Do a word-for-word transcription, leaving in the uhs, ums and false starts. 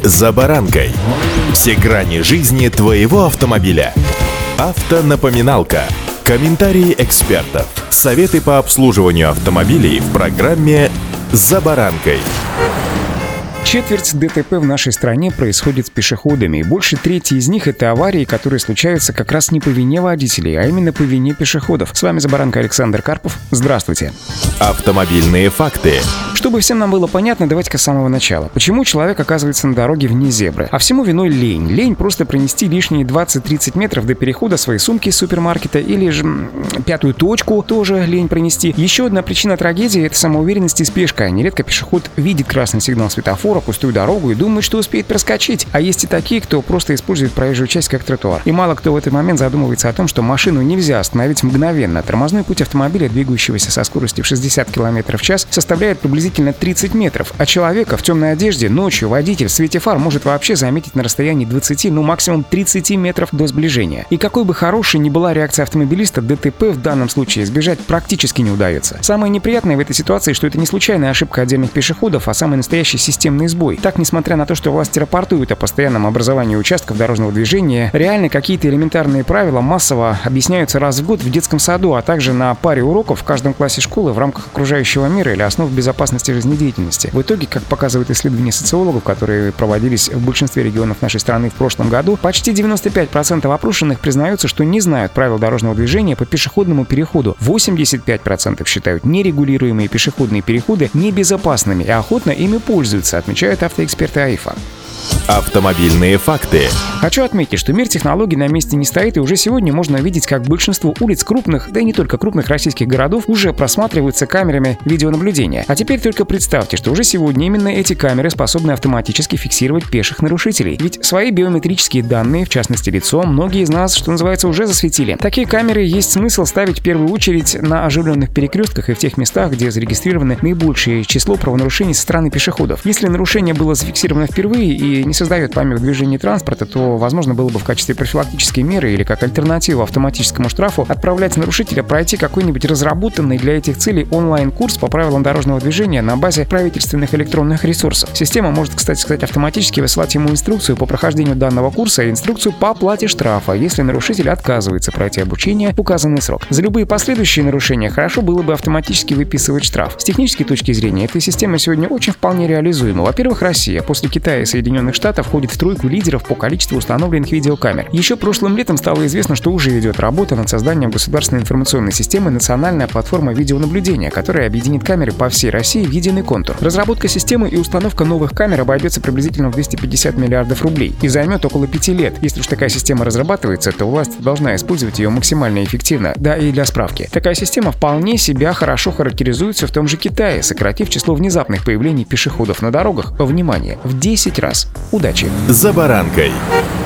«За баранкой». Все грани жизни твоего автомобиля. Автонапоминалка. Комментарии экспертов. Советы по обслуживанию автомобилей в программе «За баранкой». Четверть ДТП в нашей стране происходит с пешеходами, и больше трети из них — это аварии, которые случаются как раз не по вине водителей, а именно по вине пешеходов. С вами «За баранкой» Александр Карпов. Здравствуйте. Автомобильные факты. Чтобы всем нам было понятно, давайте-ка с самого начала. Почему человек оказывается на дороге вне зебры? А всему виной лень. Лень просто пронести лишние двадцать-тридцать метров до перехода своей сумки из супермаркета, или же м, пятую точку тоже лень пронести. Еще одна причина трагедии — это самоуверенность и спешка. Нередко пешеход видит красный сигнал светофора, пустую дорогу и думает, что успеет проскочить. А есть и такие, кто просто использует проезжую часть как тротуар. И мало кто в этот момент задумывается о том, что машину нельзя остановить мгновенно. Тормозной путь автомобиля, двигающегося со скоростью в шестьдесят километров в час, составляет приблизительно тридцать метров, а человека в темной одежде ночью водитель в свете фар может вообще заметить на расстоянии двадцати, ну максимум тридцати метров до сближения. И какой бы хорошей ни была реакция автомобилиста, ДТП в данном случае избежать практически не удается. Самое неприятное в этой ситуации, что это не случайная ошибка отдельных пешеходов, а самый настоящий системный сбой. Так, несмотря на то, что власти рапортуют о постоянном образовании участков дорожного движения, реально какие-то элементарные правила массово объясняются раз в год в детском саду, а также на паре уроков в каждом классе школы в рамках окружающего мира или основ безопасности жизнедеятельности. В итоге, как показывают исследования социологов, которые проводились в большинстве регионов нашей страны в прошлом году, почти девяносто пять процентов опрошенных признаются, что не знают правил дорожного движения по пешеходному переходу. восемьдесят пять процентов считают нерегулируемые пешеходные переходы небезопасными и охотно ими пользуются, отмечают автоэксперты АИФа. Автомобильные факты. Хочу отметить, что мир технологий на месте не стоит, и уже сегодня можно видеть, как большинство улиц крупных, да и не только крупных российских городов уже просматриваются камерами видеонаблюдения. А теперь только представьте, что уже сегодня именно эти камеры способны автоматически фиксировать пеших нарушителей. Ведь свои биометрические данные, в частности лицо, многие из нас, что называется, уже засветили. Такие камеры есть смысл ставить в первую очередь на оживленных перекрестках и в тех местах, где зарегистрировано наибольшее число правонарушений со стороны пешеходов. Если нарушение было зафиксировано впервые и не создает помех в движении транспорта, то возможно было бы в качестве профилактической меры или как альтернативу автоматическому штрафу отправлять нарушителя пройти какой-нибудь разработанный для этих целей онлайн-курс по правилам дорожного движения на базе правительственных электронных ресурсов. Система может, кстати сказать, автоматически высылать ему инструкцию по прохождению данного курса и инструкцию по оплате штрафа, если нарушитель отказывается пройти обучение в указанный срок. За любые последующие нарушения хорошо было бы автоматически выписывать штраф. С технической точки зрения эта система сегодня очень вполне реализуема. Во-первых, Россия после Китая и Соединенных Штатов входит в тройку лидеров по количеству установленных видеокамер. Еще прошлым летом стало известно, что уже идет работа над созданием государственной информационной системы «Национальная платформа видеонаблюдения», которая объединит камеры по всей России в единый контур. Разработка системы и установка новых камер обойдется приблизительно в двести пятьдесят миллиардов рублей и займет около пяти лет. Если уж такая система разрабатывается, то власть должна использовать ее максимально эффективно. Да, и для справки. Такая система вполне себя хорошо характеризуется в том же Китае, сократив число внезапных появлений пешеходов на дорогах, внимание, в десять раз. Удачи! «За баранкой».